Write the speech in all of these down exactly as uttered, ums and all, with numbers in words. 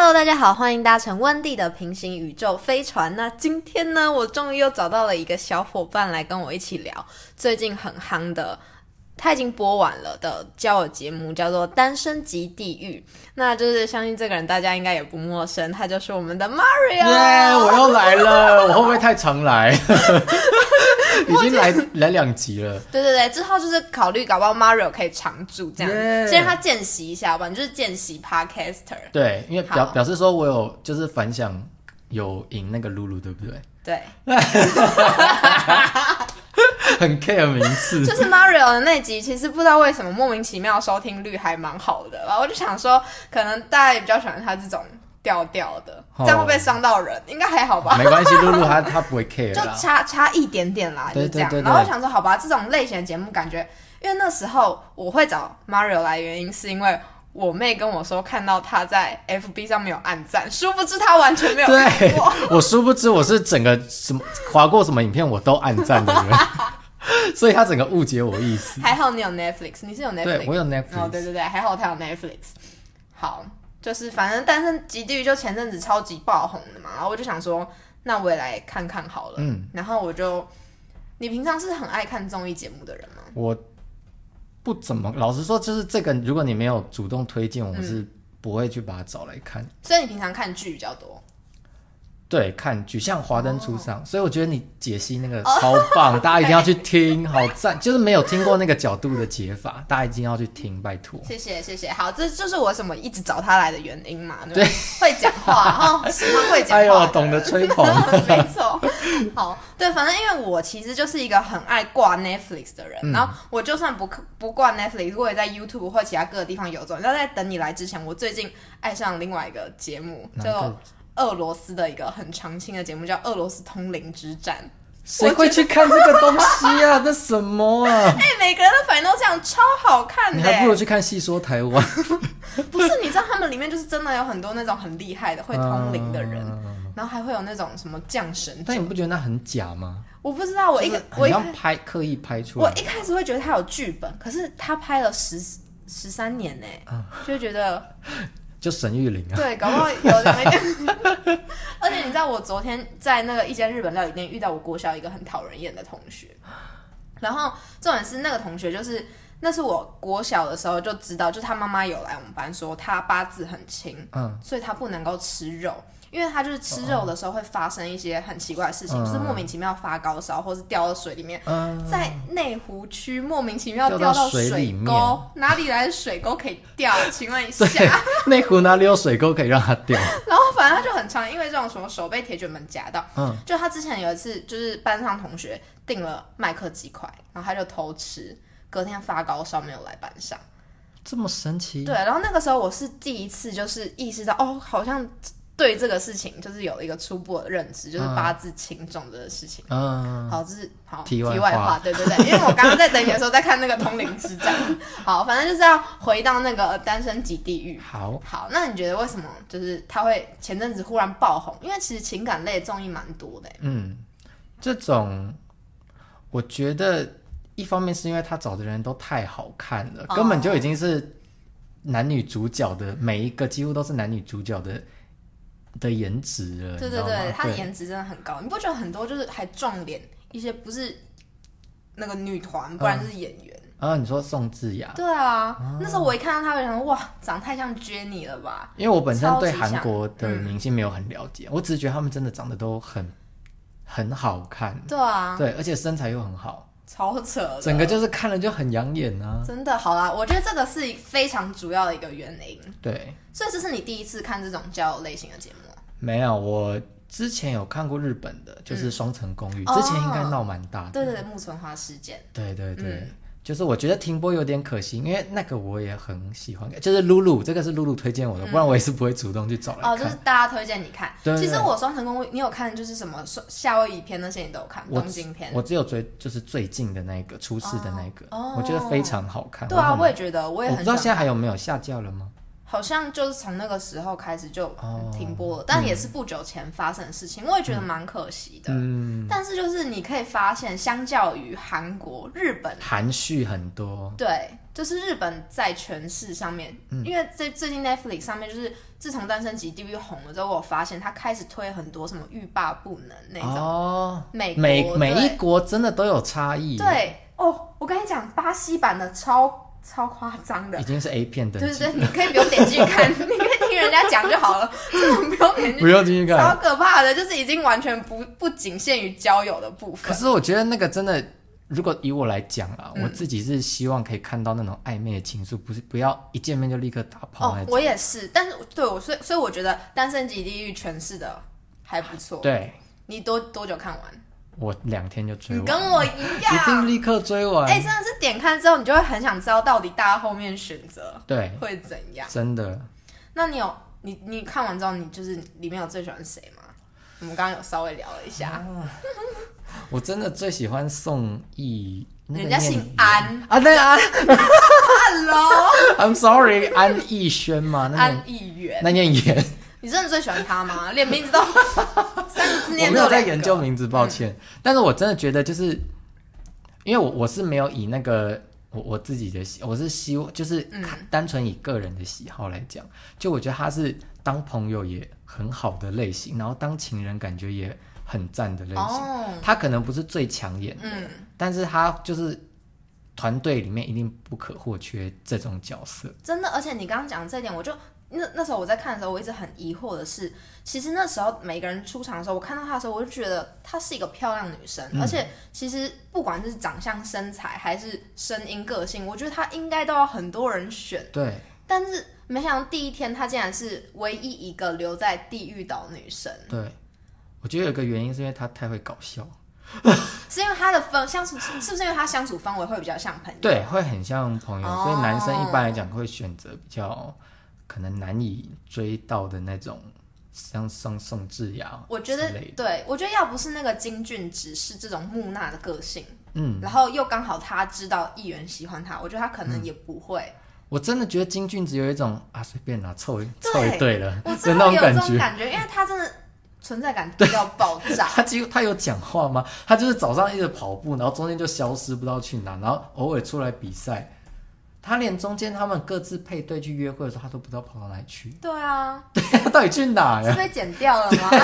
Hello， 大家好，欢迎搭乘温蒂的平行宇宙飞船。那今天呢，我终于又找到了一个小伙伴来跟我一起聊最近很夯的，他已经播完了的交友节目，叫做《单身即地狱》。那就是相信这个人大家应该也不陌生，他就是我们的 Mario。 耶、yeah, 我又来了，我会不会太常来？已经来来两集了。 对对对，之后就是考虑搞不好 Mario 可以常驻这样， yeah. 先让他见习一下吧，你就是见习 Podcaster。 对，因为表表示说我有就是反响有赢那个露露，对不对？ 对。 很 care 名次， 就是 Mario 的那集，其实不知道为什么莫名其妙收听率还蛮好的，然后我就想说，可能大家也比较喜欢他这种调调的，这样会不会伤到人？应该还好吧。 没关系，露露他他不会 care 啦， 就差差一点点啦，就这样。对对对对，然后我想说，好吧，这种类型的节目感觉，因为那时候我会找 Mario 来，原因是因为我妹跟我说看到他在 F B 上面有按赞，殊不知他完全没有看过。 对，我殊不知我是整个什么滑过什么影片我都按赞的人。所以他整个误解我意思。 还好你有 Netflix， 你是有 Netflix？ 对，我有 Netflix。 哦，对对对，还好他有 Netflix。好，就是反正《单身即地狱》就前阵子超级爆红的嘛，然后我就想说，那我也来看看好了。嗯，然后我就，你平常是很爱看综艺节目的人吗？ 我不怎么，老实说，就是这个，如果你没有主动推荐，我是不会去把它找来看。 所以你平常看剧比较多？ 对，看剧像《华灯初上》，所以我觉得你解析那个超棒，哦、大家一定要去听，好赞！就是没有听过那个角度的解法，大家一定要去听，拜托。 谢谢谢谢，好，这就是我为什么一直找他来的原因嘛，对，会讲话，哦，喜欢会讲话， 哎呦，懂得吹捧， 没错。好，对，反正因为我其实就是一个很爱挂 Netflix 的人，嗯、然后我就算不不挂 Netflix， 我也在 YouTube 或其他各个地方游走。你知道，在等你来之前，我最近爱上另外一个节目，叫做俄罗斯的一个很常青的节目，叫《俄罗斯通灵之战》。 谁会去看这个东西啊？这什么啊？ 哎、欸，每个人的反应都这样，超好看的。 你还不如去看《戏说台湾》。 不是，你知道他们里面就是真的有很多那种很厉害的会通灵的人，嗯、然后还会有那种什么降神。 但你不觉得那很假吗？ 我不知道，我一个我一样拍刻意拍出来。 我一开始会觉得他有剧本，可是他拍了十十三年呢、嗯，就觉得。 就沈玉琳啊， 对，搞不好有那点。而且你知道，我昨天在那个一间日本料理店遇到我国小一个很讨人厌的同学，然后重点是那个同学就是那是我国小的时候就知道，就他妈妈有来我们班说他八字很轻，嗯，所以他不能够吃肉。因为他就是吃肉的时候会发生一些很奇怪的事情，嗯、就是莫名其妙发高烧，或是掉到水里面，嗯、在内湖区莫名其妙掉到水沟，哪里来的水沟可以掉？请问一下， 内湖哪里有水沟可以让它掉？ 然后反正他就很常因为这种什么手被铁卷门夹到，嗯，就他之前有一次就是班上同学订了麦克鸡块，然后他就偷吃，隔天发高烧没有来班上， 这么神奇？ 对，然后那个时候我是第一次就是意识到，哦，好像。对这个事情就是有一个初步的认知，就是八字轻重的事情。嗯，好，这是好题外话， 题外话，对对对，因为我刚刚在等你的时候在看那个《通灵之战》。好，反正就是要回到那个单身即地狱。 好， 好，那你觉得为什么就是他会前阵子忽然爆红？因为其实情感类的综艺蛮多的。 嗯，这种我觉得一方面是因为他找的人都太好看了，哦、根本就已经是男女主角的每一个几乎都是男女主角的。的颜值了， 对对对，他的颜值真的很高，你不觉得很多就是还撞脸一些不是那个女团，不然就是演员啊、嗯？你说宋智雅？ 对啊，嗯、那时候我一看到他，我想说哇，长太像 Jennie 了吧？ 因为我本身对韩国的明星没有很了解，嗯、我只是觉得他们真的长得都很很好看。 对啊， 对，而且身材又很好， 超扯的， 整个就是看了就很养眼啊！ 真的，好啦，我觉得这个是非常主要的一个原因。 对， 所以这是你第一次看这种交友类型的节目？ 没有，我之前有看过日本的，就是《双层公寓》，嗯，之前应该闹蛮大的。 对对对，木村花事件。 对对对，嗯、就是我觉得停播有点可惜，因为那个我也很喜欢，就是露露，这个是露露推荐我的，嗯、不然我也是不会主动去找来看。 哦，就是大家推荐你看。 对对对， 其实我《双层公寓》，你有看就是什么夏威夷篇那些你都有看，东京篇。 我只有追就是最近的那个出事的那个，哦，我觉得非常好看。 对啊，我也觉得，我也很。 我不知道现在还有没有下架了吗？ 好像就是从那个时候开始就停播了，哦、但也是不久前发生的事情，嗯、我也觉得蛮可惜的。嗯，但是就是你可以发现，相较于韩国、日本， 含蓄很多。 对，就是日本在诠释上面，嗯、因为在最近 Netflix 上面，就是自从《单身级地狱》红了之后，我有发现他开始推很多什么欲罢不能那种。哦，美国每每一国真的都有差异。 对哦，我跟你讲，巴西版的超。超夸张的， 已经是 A 片等级。 对对对，你可以不用点进去看，你可以听人家讲就好了，真的不用点进去， 不用进去看， 超可怕的，就是已经完全不不仅限于交友的部分。 可是我觉得那个真的，如果以我来讲啊，嗯、我自己是希望可以看到那种暧昧的情愫，不是不要一见面就立刻打炮那种。 哦，我也是，但是对我所以所以我觉得《单身级地狱》诠释的还不错。 对， 你多多久看完？ 我两天就追完， 你跟我一样， 一定立刻追完。 哎、欸，真的是点开之后，你就会很想知道到底大家后面选择对会怎样。 真的。 那你有你你看完之后，你就是里面有最喜欢谁吗？我们刚刚有稍微聊了一下。啊、 我真的最喜欢宋轶，那人家姓安啊，对啊。 Hello，I'm sorry， 安艺轩吗？ 安艺媛， 那念妍。 你真的最喜欢他吗？连名字都三个字念都有两个。 我没有在研究名字，抱歉。嗯、但是我真的觉得，就是因为我我是没有以那个我我自己的喜，我是希望就是单纯以个人的喜好来讲，嗯、就我觉得他是当朋友也很好的类型，然后当情人感觉也很赞的类型。哦、他可能不是最抢眼的，嗯、但是他就是团队里面一定不可或缺这种角色。 真的，而且你刚刚讲的这一点，我就。那那时候我在看的时候，我一直很疑惑的是，其实那时候每个人出场的时候，我看到她的时候，我就觉得她是一个漂亮女生，嗯、而且其实不管是长相、身材还是声音、个性，我觉得她应该都有很多人选。 对。 但是没想到第一天，她竟然是唯一一个留在地狱岛女生。 对，我觉得有一个原因是因为她太会搞笑。 是因为他的氛相处，是不是因为他相处氛围会比较像朋友？ 对，会很像朋友，哦、所以男生一般来讲会选择比较。可能难以追到的那种，像像宋智雅， 我觉得对，我觉得要不是那个金俊只是这种木讷的个性，嗯，然后又刚好他知道议员喜欢他，我觉得他可能也不会。嗯、 我真的觉得金俊只有一种啊，随便啦，凑凑一对了， 我真的有这种感觉，因为他真的存在感低到爆炸。 他几乎他有讲话吗？他就是早上一直跑步，然后中间就消失，不知道去哪，然后偶尔出来比赛。他连中间他们各自配对去约会的时候，他都不知道跑到哪里去。 对啊， 对啊，他到底去哪呀？ 是被剪掉了吗？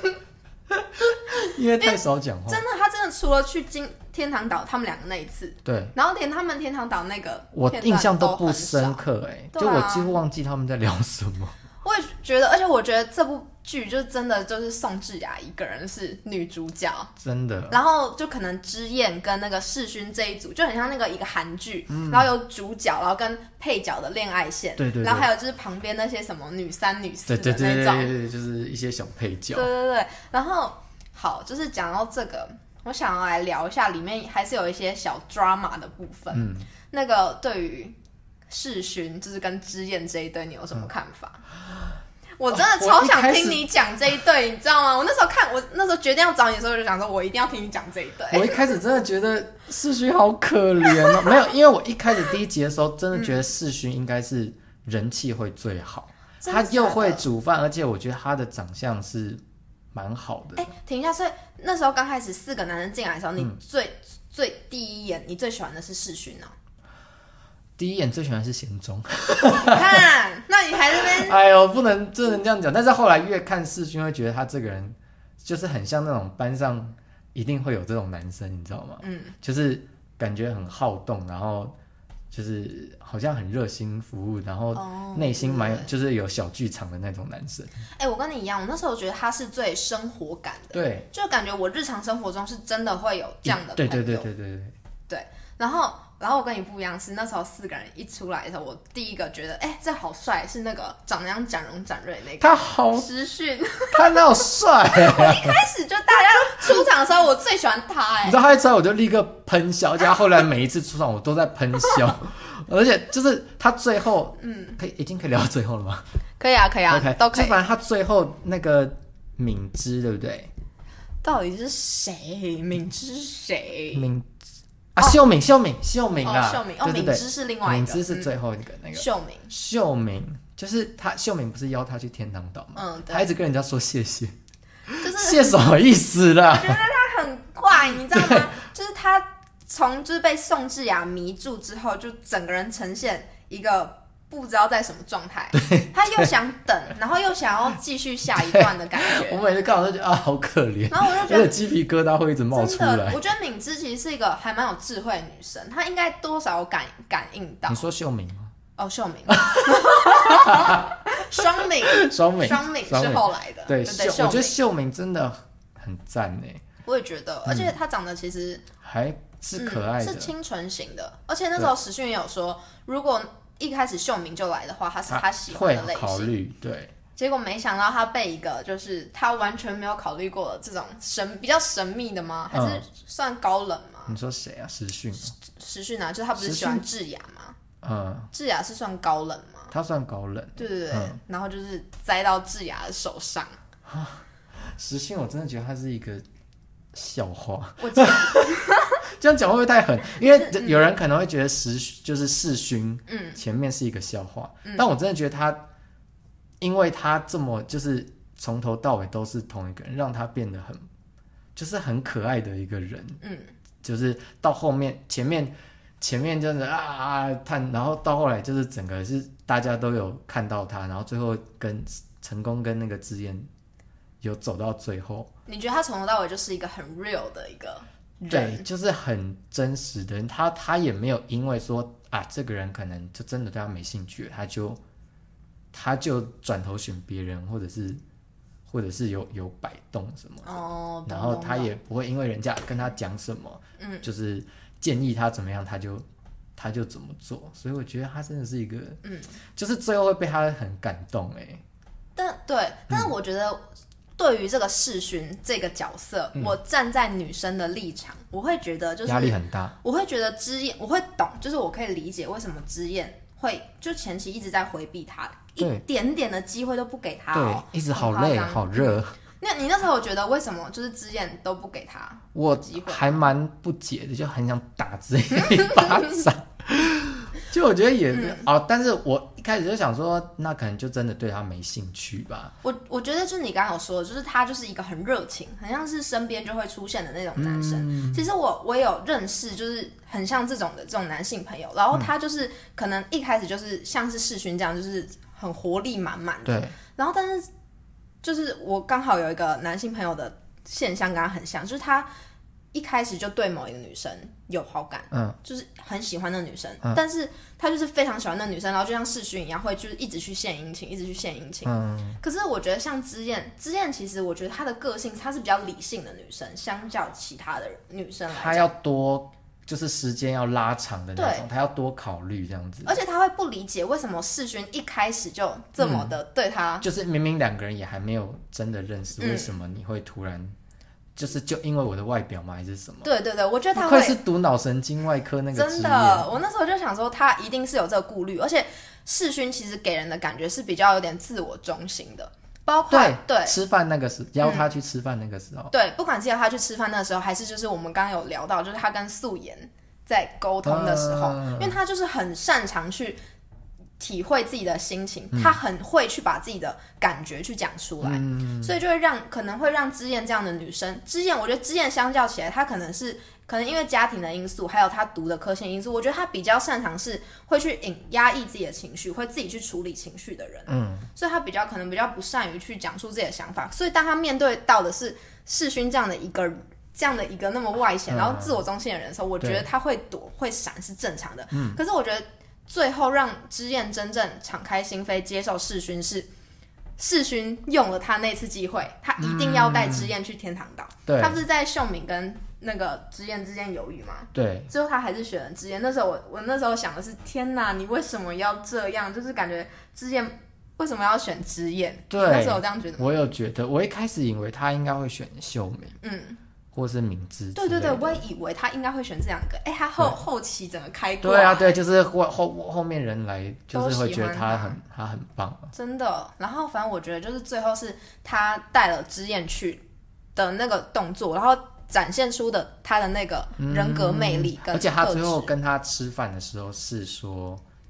因为太少讲话。 真的，他真的除了去金天堂岛他们两个那一次， 对， 然后连他们天堂岛那个我印象都不深刻哎、欸，啊、就我几乎忘记他们在聊什么。 我也觉得，而且我觉得这部剧就真的就是宋智雅一个人是女主角， 真的。 然后就可能之燕跟那个世勋这一组就很像那个一个韩剧，嗯、然后有主角，然后跟配角的恋爱线， 对 对, 对。 然后还有就是旁边那些什么女三、女四的那种， 对对对对对，就是一些小配角。 对对对。然后好，就是讲到这个，我想要来聊一下，里面还是有一些小 drama 的部分。嗯，那个对于世勋就是跟之燕这一对，你有什么看法？嗯我真的超想听你讲这一对，你知道吗？我那时候看，我那时候决定要找你的时候，就想说，我一定要听你讲这一对。 我一开始真的觉得世勋好可怜哦，没有，因为我一开始第一集的时候，真的觉得世勋应该是人气会最好，嗯、他又会煮饭，而且我觉得他的长相是蛮好的。 哎，停一下，所以那时候刚开始四个男人进来的时候，你最、嗯、最第一眼你最喜欢的是世勋哦。 第一眼最喜欢是贤忠， 看，那你还在那边？ 哎呦，不能不能这样讲。但是后来越看世勋，会觉得他这个人就是很像那种班上一定会有这种男生，你知道吗？嗯，就是感觉很好动，然后就是好像很热心服务，然后内心蛮、哦、就是有小剧场的那种男生。 哎、欸，我跟你一样，我那时候觉得他是最生活感的， 对， 就感觉我日常生活中是真的会有这样的朋友， 对对对对对对对，然后。然后我跟你不一样，是那时候四个人一出来的时候，我第一个觉得，哎，这好帅，是那个长得像展荣展瑞那个。 他好时训， 他好帅、欸。 我一开始就大家出场的时候，我最喜欢他、欸，哎， 你知道他一出来我就立刻喷笑，而且他后来每一次出场我都在喷笑，而且就是他最后，嗯，可以已经可以聊到最后了吗？ 可以啊，可以啊 ，OK， 都可以。 就反正他最后那个敏之，对不对？ 到底是谁？敏之是谁？ 敏。啊，秀敏，秀敏，秀敏啊， 秀敏，哦，敏之是另外一个， 敏之是最后一个、嗯、那个秀敏， 秀敏就是他秀明不是邀他去天堂岛吗？ 嗯，对， 他一直跟人家说谢谢， 就是谢什么意思啦？ 我觉得他很怪，你知道吗？就是他从就是被宋智雅迷住之后，就整个人呈现一个不知道在什么状态，他又想等，然后又想要继续下一段的感觉。 我每次看到都觉得啊，好可怜， 然后我就觉得鸡皮疙瘩会一直冒出来。 真的，我觉得敏芝其实是一个还蛮有智慧的女生，她应该多少有感感应到。 你说秀敏吗？ 哦，秀敏，双敏， 双敏， 双敏是后来的。 对， 对对， 我觉得秀敏真的很赞呢。 我也觉得，而且她长得其实还是可爱的， 嗯、是清纯型的。而且那时候时讯也有说，如果一开始秀敏就来的话，他是他喜欢的类型。 会考虑，对。 结果没想到他被一个就是他完全没有考虑过的这种神比较神秘的吗？还是算高冷吗？ 嗯、你说谁啊？时讯？ 时讯啊，就是他不是喜欢智雅吗？ 嗯， 智雅是算高冷吗？ 他算高冷。 对对对，嗯、然后就是栽到智雅的手上。 时讯，我真的觉得他是一个笑话。 我觉得这样讲会不会太狠？因为有人可能会觉得时就是世勋， 嗯， 前面是一个笑话， 嗯、 但我真的觉得他，因为他这么就是从头到尾都是同一个人，让他变得很就是很可爱的一个人， 嗯， 就是到后面前面前面就是啊啊叹，然后到后来就是整个是大家都有看到他，然后最后跟成功跟那个智嫣有走到最后。 你觉得他从头到尾就是一个很 real 的一个？ 对，就是很真实的人，他他也没有因为说啊，这个人可能就真的对他没兴趣，他就他就转头选别人，或者是或者是有有摆动什么的， 哦， 然后他也不会因为人家跟他讲什么，嗯，就是建议他怎么样，他就他就怎么做，所以我觉得他真的是一个，嗯，就是最后会被他很感动哎， 但对，但是我觉得。对于这个世勋这个角色、嗯，我站在女生的立场，我会觉得就是压力很大。 我会觉得之燕，我会懂，就是我可以理解为什么之燕会就前期一直在回避他，一点点的机会都不给他、哦， 对，一直好累好热。 那你那时候我觉得为什么就是之燕都不给他机会？ 我还蛮不解的，就很想打之燕一巴掌。就我觉得也是、嗯哦、但是我一开始就想说，那可能就真的对他没兴趣吧。 我我觉得就是你刚刚有说的，就是他就是一个很热情，很像是身边就会出现的那种男生。嗯、其实我我也有认识，就是很像这种的这种男性朋友，然后他就是可能一开始就是像是世勋这样，就是很活力满满的。 对。 然后但是就是我刚好有一个男性朋友的现象跟他很像，就是他一开始就对某一个女生有好感，嗯，就是很喜欢那女生、嗯，但是他就是非常喜欢那女生，然后就像世勋一样，会就是一直去献殷勤，一直去献殷勤。嗯，可是我觉得像之燕，之燕其实我觉得她的个性，她是比较理性的女生，相较其他的女生来讲， 她要多就是时间要拉长的那种，她要多考虑这样子。 而且她会不理解为什么世勋一开始就这么的对她、 嗯，就是明明两个人也还没有真的认识，嗯、为什么你会突然？就是就因为我的外表吗？还是什么？ 对对对，我觉得他会不愧是读脑神经外科那个真的。我那时候就想说，他一定是有这个顾虑，而且世勋其实给人的感觉是比较有点自我中心的，包括 对, 对吃饭那个时邀他去吃饭那个时候、 嗯，对，不管是邀他去吃饭那个时候，还是就是我们刚刚有聊到，就是他跟素颜在沟通的时候、嗯，因为他就是很擅长去。体会自己的心情、嗯，他很会去把自己的感觉去讲出来、嗯，所以就会让可能会让之燕这样的女生，之燕我觉得之燕相较起来，她可能是可能因为家庭的因素，还有她读的科系因素，我觉得她比较擅长是会去隐压抑自己的情绪，会自己去处理情绪的人，嗯，所以她比较可能比较不善于去讲出自己的想法，所以当她面对到的是世勋这样的一个这样的一个那么外显、嗯、然后自我中心的人的时候，我觉得她会躲会闪是正常的，嗯，可是我觉得。最后让之燕真正敞开心扉接受世勋是世勋用了他那次机会，他一定要带之燕去天堂岛、嗯。他不是在秀敏跟那个之燕之间犹豫吗？ 对。 最后他还是选了之燕。那时候我我那时候想的是，天哪，你为什么要这样？就是感觉之燕为什么要选之燕？ 对， 那时候我这样觉得。 我有觉得，我一开始以为他应该会选秀敏。嗯。或是明知对对对，我也以为他应该会选这两个，哎，他后后期整个开挂， 对啊对，就是后后后面人来就是会觉得他很他很棒， 真的。然后反正我觉得就是最后是他带了之燕去的那个动作，然后展现出的他的那个人格魅力跟、嗯， 而且他最后跟他吃饭的时候是说，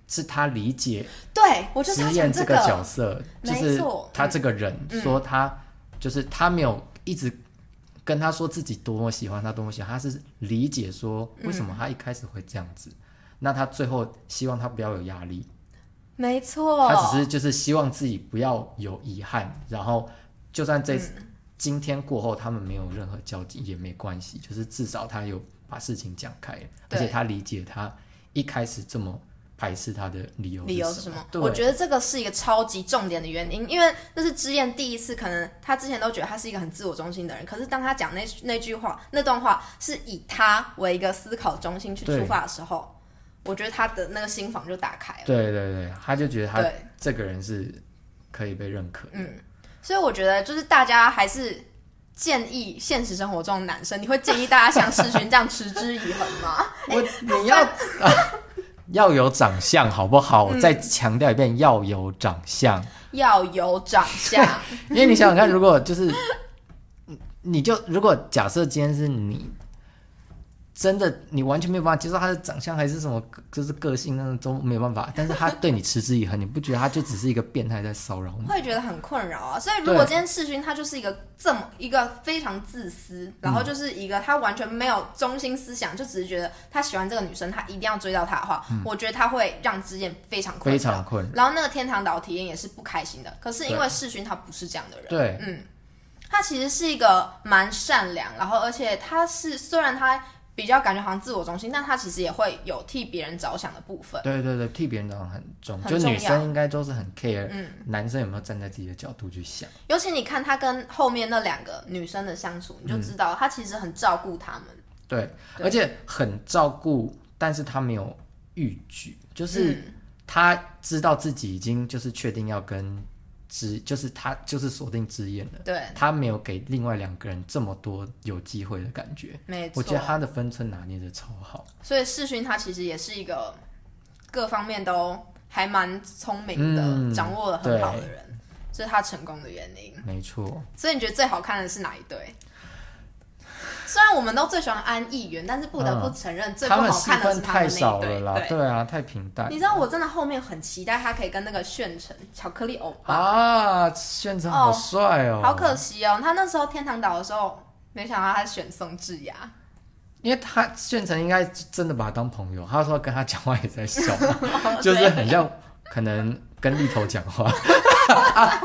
是他理解对我就是之燕这个角色，就是他这个人、 嗯、 说他就是他没有一直跟他说自己多么喜欢他多么喜欢他，是理解说为什么他一开始会这样子、嗯、那他最后希望他不要有压力， 没错， 他只是就是希望自己不要有遗憾，然后就算这、嗯、今天过后他们没有任何交集也没关系，就是至少他有把事情讲开，而且他理解他一开始这么排斥他的理由是什么，理由是什么？ 我觉得这个是一个超级重点的原因，因为那是之燕第一次，可能他之前都觉得他是一个很自我中心的人，可是当他讲那那句话那段话是以他为一个思考中心去出发的时候，我觉得他的那个心房就打开了。 对对对，他就觉得他这个人是可以被认可的。 嗯，所以我觉得就是大家还是建议现实生活中的男生，你会建议大家像世勋这样持之以恒吗？ 我你要、啊、要有长相好不好？我再强调一遍、嗯，要有长相， 要有长相。 因为你想想看，如果就是你就如果假设今天是你。真的你完全没有办法接受他的长相还是什么就是个性那种都没有办法，但是他对你持之以恒，你不觉得他就只是一个变态在骚扰你？ 会觉得很困扰啊。所以如果今天世勋他就是一个这么一个非常自私，然后就是一个他完全没有中心思想、嗯、就只是觉得他喜欢这个女生他一定要追到她的话、嗯、我觉得他会让之燕非常困扰， 非常困扰， 然后那个天堂岛体验也是不开心的。可是因为世勋他不是这样的人， 对， 嗯，他其实是一个蛮善良，然后而且他是虽然他比较感觉好像自我中心，但他其实也会有替别人着想的部分。对对对， 替别人着想很重，很重要，就女生应该都是很 care、嗯、男生有没有站在自己的角度去想。 尤其你看他跟后面那两个女生的相处，你就知道、嗯、他其实很照顾他们。 对，而且很照顾，但是他没有逾矩，就是他知道自己已经就是确定要跟之就是他就是锁定之燕了， 对， 他没有给另外两个人这么多有机会的感觉， 没错， 我觉得他的分寸拿捏的超好。 所以世勋他其实也是一个各方面都还蛮聪明的、嗯、掌握得很好的人，这是他成功的原因。 没错。 所以你觉得最好看的是哪一对？虽然我们都最喜欢安议员，但是不得不承认、嗯、最不好看的是他们那一对。他们戏份太少了啦， 对, 对啊，太平淡。 你知道我真的后面很期待他可以跟那个炫成巧克力欧巴啊，炫成好帅 哦, 哦好可惜哦，他那时候天堂岛的时候没想到他选宋智雅， 因为他炫成应该真的把他当朋友，他说跟他讲话也在笑就是很像可能跟立头讲话啊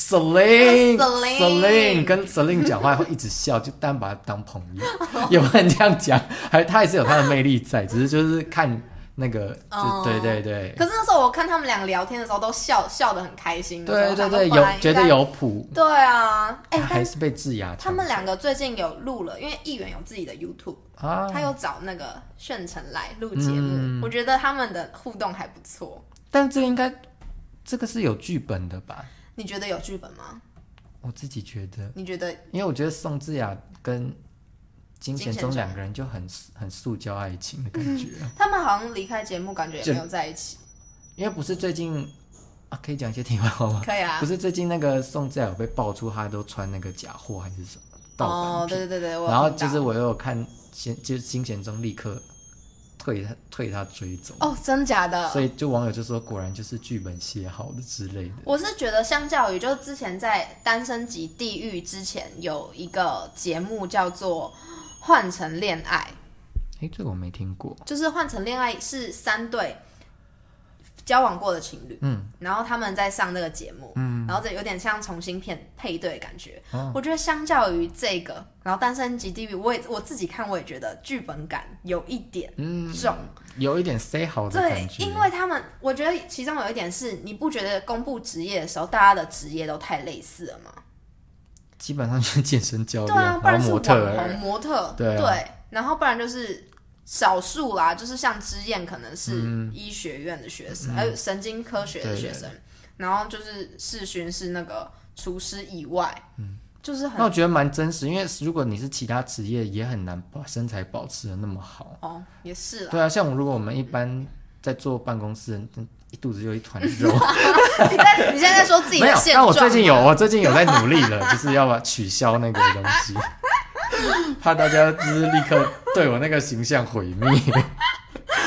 Celine Celine 跟 Celine 讲话会一直笑，就单把他当朋友也不能这样讲，还他还是有他的魅力在，只是就是看那个、嗯、对对对。 可是那时候我看他们两个聊天的时候都笑笑得很开心， 对对对，有觉得有谱。 对啊，哎、欸， 还是被智雅。 他们两个最近有录了，因为议员有自己的 YouTube、啊、他有找那个炫成来录节目、嗯，我觉得他们的互动还不错。 但这个应该这个是有剧本的吧？ 你觉得有剧本吗？ 我自己觉得。 你觉得？ 因为我觉得宋智雅跟金贤中两个人就很很塑胶爱情的感觉、嗯、 他们好像离开节目感觉也没有在一起。 因为不是最近啊，可以讲一些题外话吗？ 可以啊。 不是最近那个宋智雅有被爆出他都穿那个假货还是什么盗版品？ 哦，对对对对。 然后就是我有看就是金贤中立刻退他退他追走。 哦，真假的？ 所以就网友就说果然就是剧本写好的之类的。 我是觉得相较于就之前在单身级地狱之前有一个节目叫做换成恋爱， 哎，这个我没听过。 就是换成恋爱是三对交往过的情侣，嗯，然后他们在上这个节目，嗯，然后这有点像重新片配对的感觉、哦。我觉得相较于这个，然后单身级地狱，我也我自己看我也觉得剧本感有一点重，嗯、 有一点 say 好的感觉。 对，因为他们我觉得其中有一点是，你不觉得公布职业的时候，大家的职业都太类似了吗？ 基本上就是健身教练， 对啊，不然是模特网红模特， 对、啊、 对，然后不然就是少数啦，就是像之燕可能是医学院的学生，还有、嗯、神经科学的学生，对对对，然后就是世勋是那个厨师以外，嗯，就是很， 那我觉得蛮真实，因为如果你是其他职业，也很难把身材保持的那么好。 哦，也是啦。 对啊，像如果我们一般在坐办公室，一肚子就一团肉。 你在你现在在说自己的现状？ 但我最近有，我最近有在努力了，就是要把取消那个东西，怕大家就是立刻对我那个形象毁灭。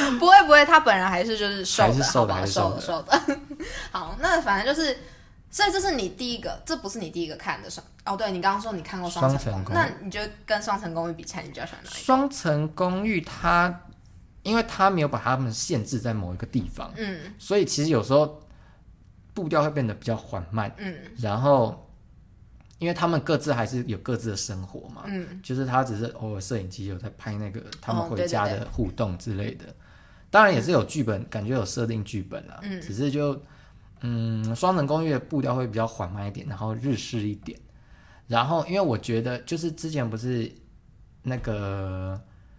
不会不会，他本人还是就是瘦的， 还是瘦的， 好不好？ 还是瘦的瘦的。好，那反正就是，所以这是你第一个，这不是你第一个看的双哦，对你刚刚说你看过双层公寓，那你觉得跟双层公寓比起来，你比较喜欢哪一个？ 双层公寓它，因为它没有把它们限制在某一个地方，嗯，所以其实有时候步调会变得比较缓慢，嗯，然后。因为他们各自还是有各自的生活嘛，嗯，就是他只是偶尔摄影机有在拍那个他们回家的互动之类的，哦、对对对当然也是有剧本，嗯、感觉有设定剧本啦，嗯，只是就嗯双层公寓的步调会比较缓慢一点，然后日式一点，然后因为我觉得就是之前不是那个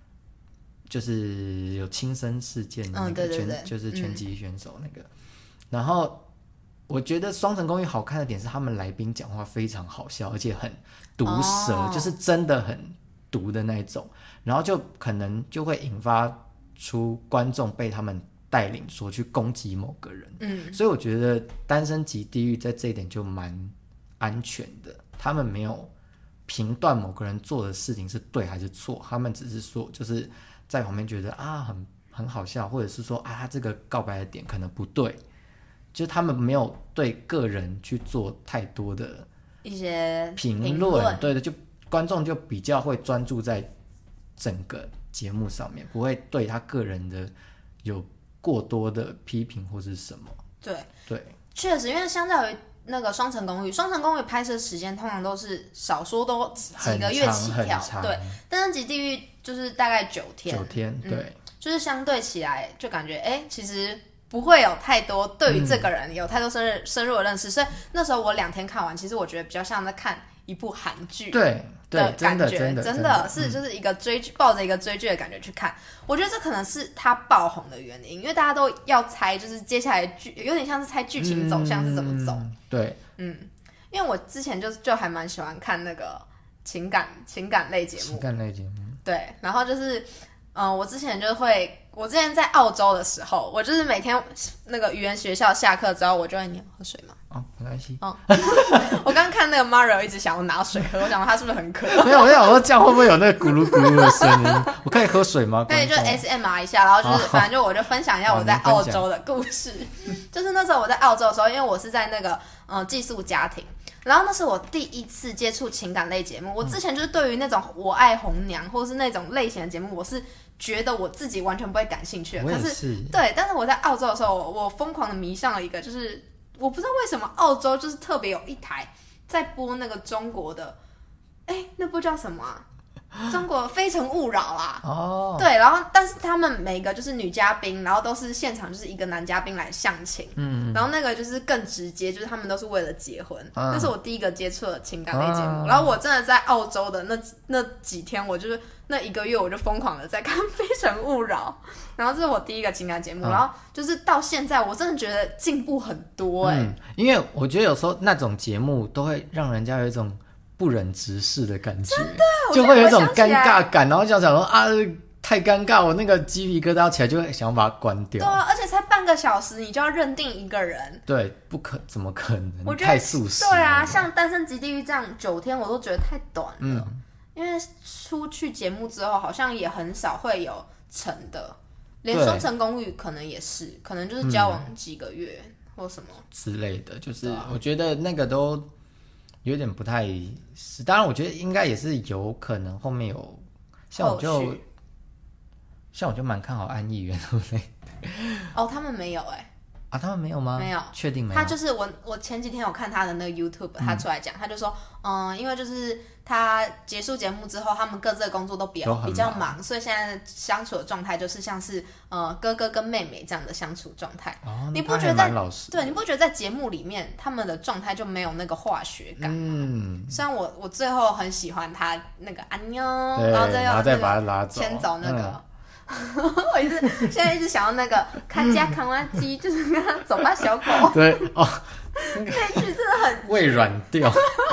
就是有轻生事件的那个拳、嗯、对对对就是拳击选手那个，嗯、然后。我觉得双层公寓好看的点是他们来宾讲话非常好笑，而且很毒舌，哦、就是真的很毒的那种，然后就可能就会引发出观众被他们带领说去攻击某个人，嗯，所以我觉得单身级地狱在这一点就蛮安全的，他们没有评断某个人做的事情是对还是错，他们只是说就是在旁边觉得啊很很好笑，或者是说啊他这个告白的点可能不对。就是他们没有对个人去做太多的一些评论，对的，就观众就比较会专注在整个节目上面，不会对他个人的有过多的批评或是什么。 对对， 确实，因为相较于那个双层公寓，双层公寓拍摄时间通常都是少说都几个月起跳，对，单身级地狱就是大概九天， 九天，对、嗯， 就是相对起来就感觉，哎，其实。不会有太多对于这个人有太多深入、嗯、深入的认识，所以那时候我两天看完，其实我觉得比较像在看一部韩剧的感觉， 对， 真的真的是就是一个追剧、嗯、抱着一个追剧的感觉去看。我觉得这可能是他爆红的原因，因为大家都要猜，就是接下来剧有点像是猜剧情走向是怎么走。 嗯、对， 嗯，因为我之前就就还蛮喜欢看那个情感情感类节目， 情感类节目， 对，然后就是，嗯、呃，我之前就会。我之前在澳洲的时候，我就是每天那个语言学校下课之后，我就会你要喝水吗？ 哦，没关系。 哦，我刚刚看那个 Mario 一直想要拿水喝，我想他是不是很渴？ 没有，我想说这样会不会有那个咕噜咕噜的声音？我可以喝水吗？ 可以，就 S M R 一下，然后就是、哦、反正就我就分享一下我在澳洲的故事。就是那时候我在澳洲的时候，因为我是在那个呃寄宿家庭。然后那是我第一次接触情感类节目，我之前就是对于那种我爱红娘或是那种类型的节目，我是觉得我自己完全不会感兴趣的。 我也是。 可是对，但是我在澳洲的时候，我, 我疯狂的迷上了一个，就是我不知道为什么澳洲就是特别有一台在播那个中国的，哎，那部叫什么啊？中国《非诚勿扰》啦，哦，对，然后但是他们每个就是女嘉宾，然后都是现场就是一个男嘉宾来相亲，嗯，然后那个就是更直接，就是他们都是为了结婚，嗯、那是我第一个接触的情感类节目。嗯、然后我真的在澳洲的那那几天，我就是那一个月，我就疯狂的在看《非诚勿扰》，然后这是我第一个情感节目，嗯、然后就是到现在，我真的觉得进步很多哎、欸嗯， 因为我觉得有时候那种节目都会让人家有一种。不忍直视的感觉， 真的就会有一种尴尬感，然后就想说啊，太尴尬，我那个鸡皮疙瘩起来，就会想要把它关掉。 对啊，而且才半个小时，你就要认定一个人， 对，不可怎么可能？ 我觉得太速食。 对啊，像《单身即地狱》这样九天，我都觉得太短了。嗯，因为出去节目之后，好像也很少会有成的，连双层公寓可能也是，可能就是交往几个月、嗯、或什么之类的，就是我觉得那个都。有点不太是，当然我觉得应该也是有可能后面有，像我就像我就蛮看好安艺媛，对不对？ 哦，他们没有哎、欸。 啊，他们没有吗？ 没有， 确定没有？ 他就是我，我前几天有看他的那个 YouTube， 他出来讲、嗯，他就说，嗯，因为就是他结束节目之后，他们各自的工作都比较比较忙，所以现在相处的状态就是像是呃哥哥跟妹妹这样的相处状态。 哦， 你不觉得在对？ 你不觉得在节目里面他们的状态就没有那个化学感吗？嗯，虽然我我最后很喜欢他那个安妞，然后再要再把他拉走， 牵走那个。嗯我一直现在一直想要那个看家看完鸡，就是跟他走吧小狗。 对哦， 那句真的很胃软掉。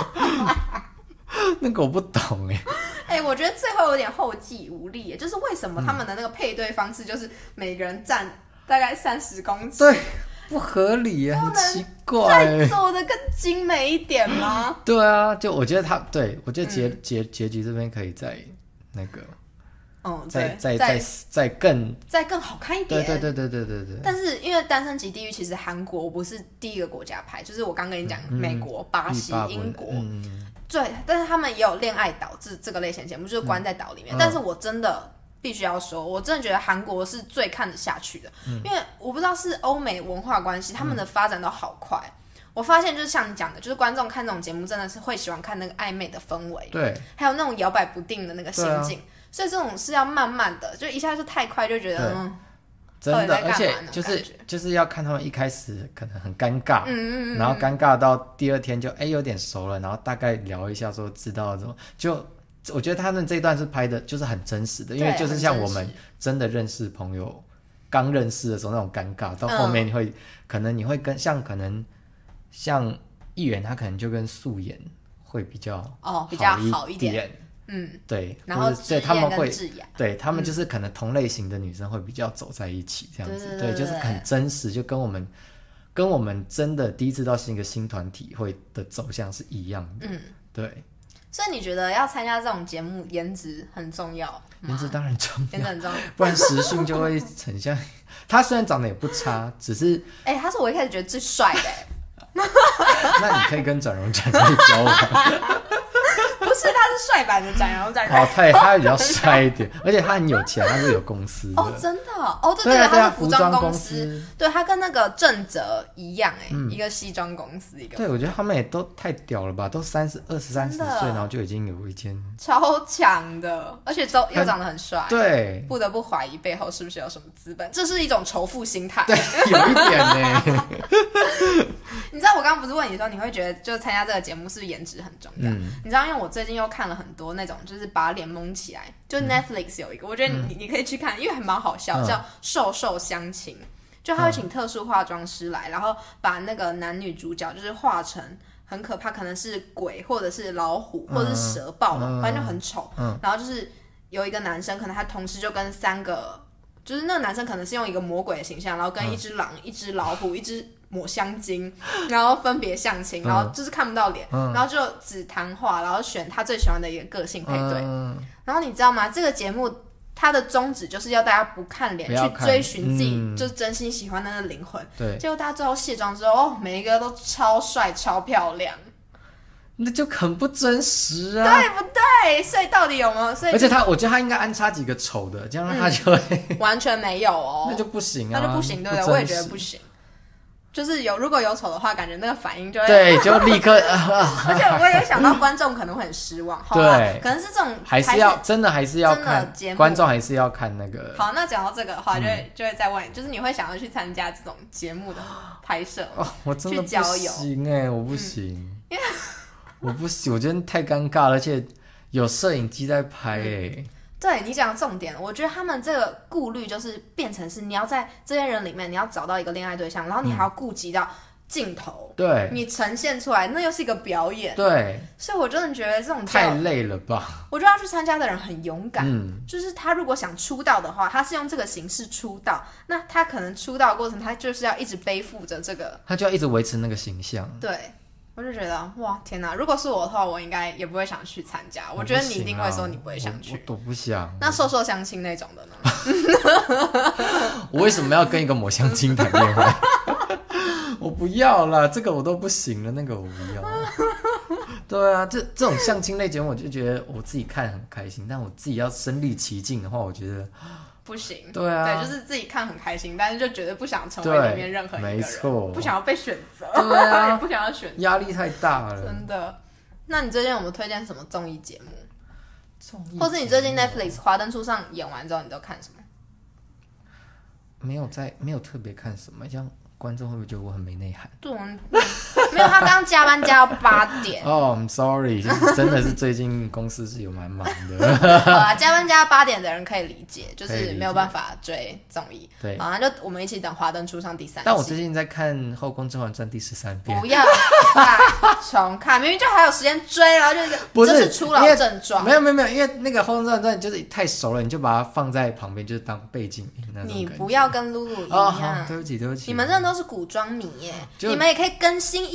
那个我不懂哎。 哎、欸，我觉得最后有点后继无力耶，就是为什么他们的那个配对方式就是每个人站大概三十公尺？ 对，不合理啊，很奇怪。 再做的更精美一点吗？ 对啊，就我觉得他对我觉得结、嗯、结结局这边可以再那个。 嗯， 再再再再再更再更好看一点。 对对对对对对对。 但是因为《单身即地狱》其实韩国不是第一个国家拍，就是我刚跟你讲，嗯、美国、巴西、英国，嗯，对，但是他们也有恋爱岛这这个类型节目，就是关在岛里面。嗯、但是我真的必须要说，我真的觉得韩国是最看得下去的，嗯、因为我不知道是欧美文化关系，他们的发展都好快。嗯我发现就是像你讲的，就是观众看这种节目真的是会喜欢看那个暧昧的氛围， 对， 还有那种摇摆不定的那个心境，啊、所以这种是要慢慢的，就一下就太快，就觉得嗯， 真的，而且就是就是要看他们一开始可能很尴尬，嗯嗯嗯，然后尴尬到第二天就哎有点熟了，然后大概聊一下说知道怎么，就我觉得他们这一段是拍的就是很真实的，因为就是像我们真的认识朋友刚认识的时候那种尴尬，到后面你会、嗯、可能你会跟像可能。像艺人他可能就跟素颜会比较哦比较好一点，嗯， 对， 然后对他们会智雅， 对他们就是可能同类型的女生会比较走在一起这样子， 对, 对, 对, 对, 对，就是很真实，就跟我们跟我们真的第一次到新一个新团体会的走向是一样的，嗯，对。 所以你觉得要参加这种节目，颜值很重要？ 颜值当然重要， 颜值很重要， 不然时讯就会很像。他虽然长得也不差，只是哎、欸，他是我一开始觉得最帅的、欸。 那你可以跟展荣展荣交往。 不是，他是帅版的展荣展荣。 哦，对，他比较帅一点，而且他很有钱，他是有公司的。 哦，真的哦，对 对, 对, 对，他是服装公司，对他跟那个正哲一样哎、嗯，一个西装公司，一个。 对，我觉得他们也都太屌了吧，都三十二十三十岁，然后就已经有一间超强的，而且都又长得很帅。 对， 不得不怀疑背后是不是有什么资本，这是一种仇富心态。 对，有一点呢。 你知道我刚刚不是问你说，你会觉得就参加这个节目是不是颜值很重要？嗯、你知道，因为我最近又看了很多那种就是把脸蒙起来，就 Netflix 有一个，嗯、我觉得你你可以去看，因为还蛮好笑，嗯、叫《瘦瘦相亲》，就他会请特殊化妆师来，然后把那个男女主角就是画成很可怕，可能是鬼或者是老虎或者是蛇暴龙，嗯、反正就很丑。嗯、然后就是有一个男生，可能他同时就跟三个，就是那个男生可能是用一个魔鬼的形象，然后跟一只狼、嗯、一只老虎、一只抹香鲸，然后分别相亲，然后就是看不到脸，嗯、然后就只谈话，然后选他最喜欢的一个个性配对。嗯、然后你知道吗？这个节目它的宗旨就是要大家不看脸去追寻自己、嗯、就是真心喜欢的那个灵魂。对，结果大家最后卸妆之后，哦，每一个都超帅超漂亮。 那就很不真实啊， 对不对？所以到底有没有？所以而且他，我觉得他应该安插几个丑的，这样他就会、 嗯、完全没有哦， 那就不行啊， 那就不行，对不对？我也觉得不行。就是有如果有丑的话，感觉那个反应就会对，就立刻。 而且我也想到观众可能会很失望，对，可能是这种还是要真的还是要看节目，观众还是要看那个。 好，那讲到这个的话，就会、嗯、就会再问，就是你会想要去参加这种节目的拍摄哦？我真的不行哎、欸，我不行，因为我不行，我觉得太尴尬了，而且有摄影机在拍哎、欸。嗯对你讲重点，我觉得他们这个顾虑就是变成是你要在这些人里面，你要找到一个恋爱对象，然后你还要顾及到镜头， 对、嗯， 你呈现出来，那又是一个表演， 对， 所以我真的觉得这种太累了吧。 我觉得要去参加的人很勇敢，嗯，就是他如果想出道的话，他是用这个形式出道，那他可能出道的过程，他就是要一直背负着这个， 他就要一直维持那个形象， 对。我就觉得哇天哪！如果是我的话，我应该也不会想去参加。我, 我觉得你一定会说你不会想去。 我, 我都不想。 那瘦瘦相亲那种的呢？ 我为什么要跟一个抹香鲸谈恋爱？我不要啦，这个我都不行了，那个我不要。对啊，这这种相亲类节目，我就觉得我自己看很开心，但我自己要身历其境的话，我觉得不行。 对啊， 对，就是自己看很开心，但是就绝对不想成为里面任何一个人， 没错， 不想要被选择， 对啊， 也不想要选择， 压力太大了， 真的。那你最近有没有推荐什么综艺节目？综艺，或是你最近 Netflix 华灯初上演完之后，你都看什么？ 没有在，没有特别看什么，这样观众会不会觉得我很没内涵？ 对，没有，他刚加班加到八点。 哦、oh, ，I'm sorry， 就是真的是最近公司是有蛮忙的。 好啦，加班加到八点的人可以理解，就是没有办法追综艺。对，好，那就我们一起等《华灯初上》第三季。 但我最近在看《后宫甄嬛传》第十三遍。 不要再重看，明明就还有时间追，然后就是不是这是初老症状。 没有没有没有，因为那个《后宫甄嬛传》就是太熟了，你就把它放在旁边，就是当背景音那种感觉。 你不要跟露露一样。 哦，对不起对不起， 你们真的都是古装迷耶，你们也可以更新一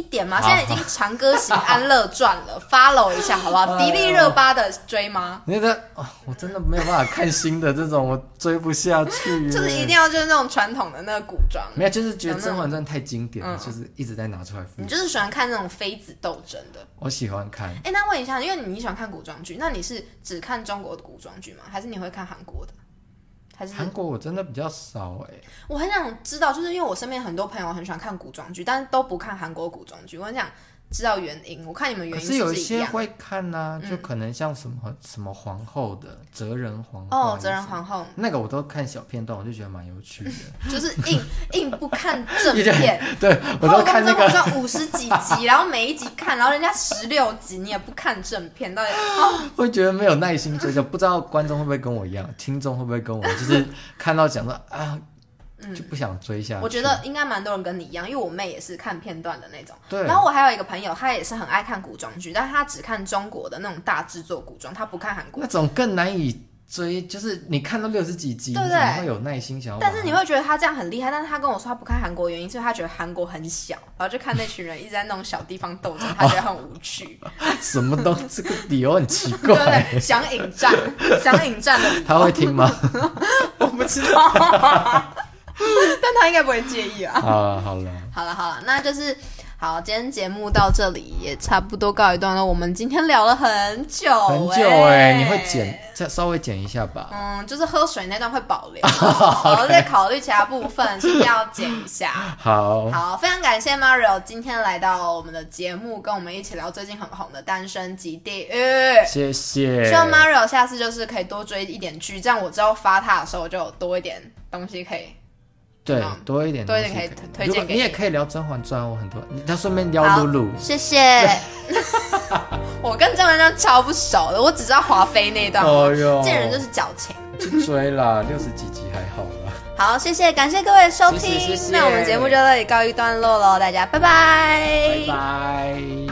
点嘛，现在已经长歌行安乐传了，follow 一下好不好？迪丽热巴的追吗？ 你觉得、哦、我真的没有办法看新的这种，我追不下去。 就是一定要就是那种传统的那个古装， 没有，就是觉得《甄嬛传》太经典了，嗯、就是一直在拿出来复习。 你就是喜欢看那种妃子斗争的？ 我喜欢看。 哎、欸，那问一下，因为你喜欢看古装剧，那你是只看中国的古装剧吗？还是你会看韩国的？还是韩国我真的比较少哎、欸， 我很想知道，就是因为我身边很多朋友很喜欢看古装剧，但是都不看韩国古装剧，我很想知道原因。我看你们原因是不是一样？ 可是有一些会看啊，就可能像什么、嗯、什么皇后的哲仁皇后哦，哲仁皇后那个我都看小片段，我就觉得蛮有趣的， 就是硬硬不看正片， 对我都看那个五十几集，然后每一集看，然后人家十六集你也不看正片，到底、哦、 会觉得没有耐心追，就不知道观众会不会跟我一样，听众会不会跟我，就是看到讲到啊。就不想追下去、嗯。 我觉得应该蛮多人跟你一样，因为我妹也是看片段的那种。 对。 然后我还有一个朋友，他也是很爱看古装剧，但是他只看中国的那种大制作古装，他不看韩国。 那种更难以追，就是你看到六十几集， 对不对？你怎么会有耐心想要？ 但是你会觉得他这样很厉害，但是他跟我说他不看韩国，原因是因为他觉得韩国很小，然后就看那群人一直在那种小地方斗争，他觉得很无趣。 什么都这个理由很奇怪。 对，想引战，想引战的理由。 他会听吗？ 我不知道。但他应该不会介意啊。 好了好了， 好了好了，那就是好，今天节目到这里也差不多告一段落。我们今天聊了很久、欸， 很久哎、欸，你会剪，再稍微剪一下吧。 嗯，就是喝水那段会保留，然后再考虑其他部分是不是要剪一下。 好， 好，非常感谢 Mario 今天来到我们的节目，跟我们一起聊最近很红的《单身即地狱》。 谢谢。 希望 Mario 下次就是可以多追一点剧，这样我之后发他的时候我就有多一点东西可以。 对，多一点， 多一点可以推荐给你。 你也可以聊《甄嬛传》我很多，他顺便聊露露。 谢谢。我跟甄嬛传超不熟的，我只知道华妃那一段。哦哟，见人就是矫情。 去追啦，六十几集还好啦。 好，谢谢，感谢各位收听。 谢谢谢谢， 那我们节目就到这里告一段落喽，大家拜拜。 拜拜。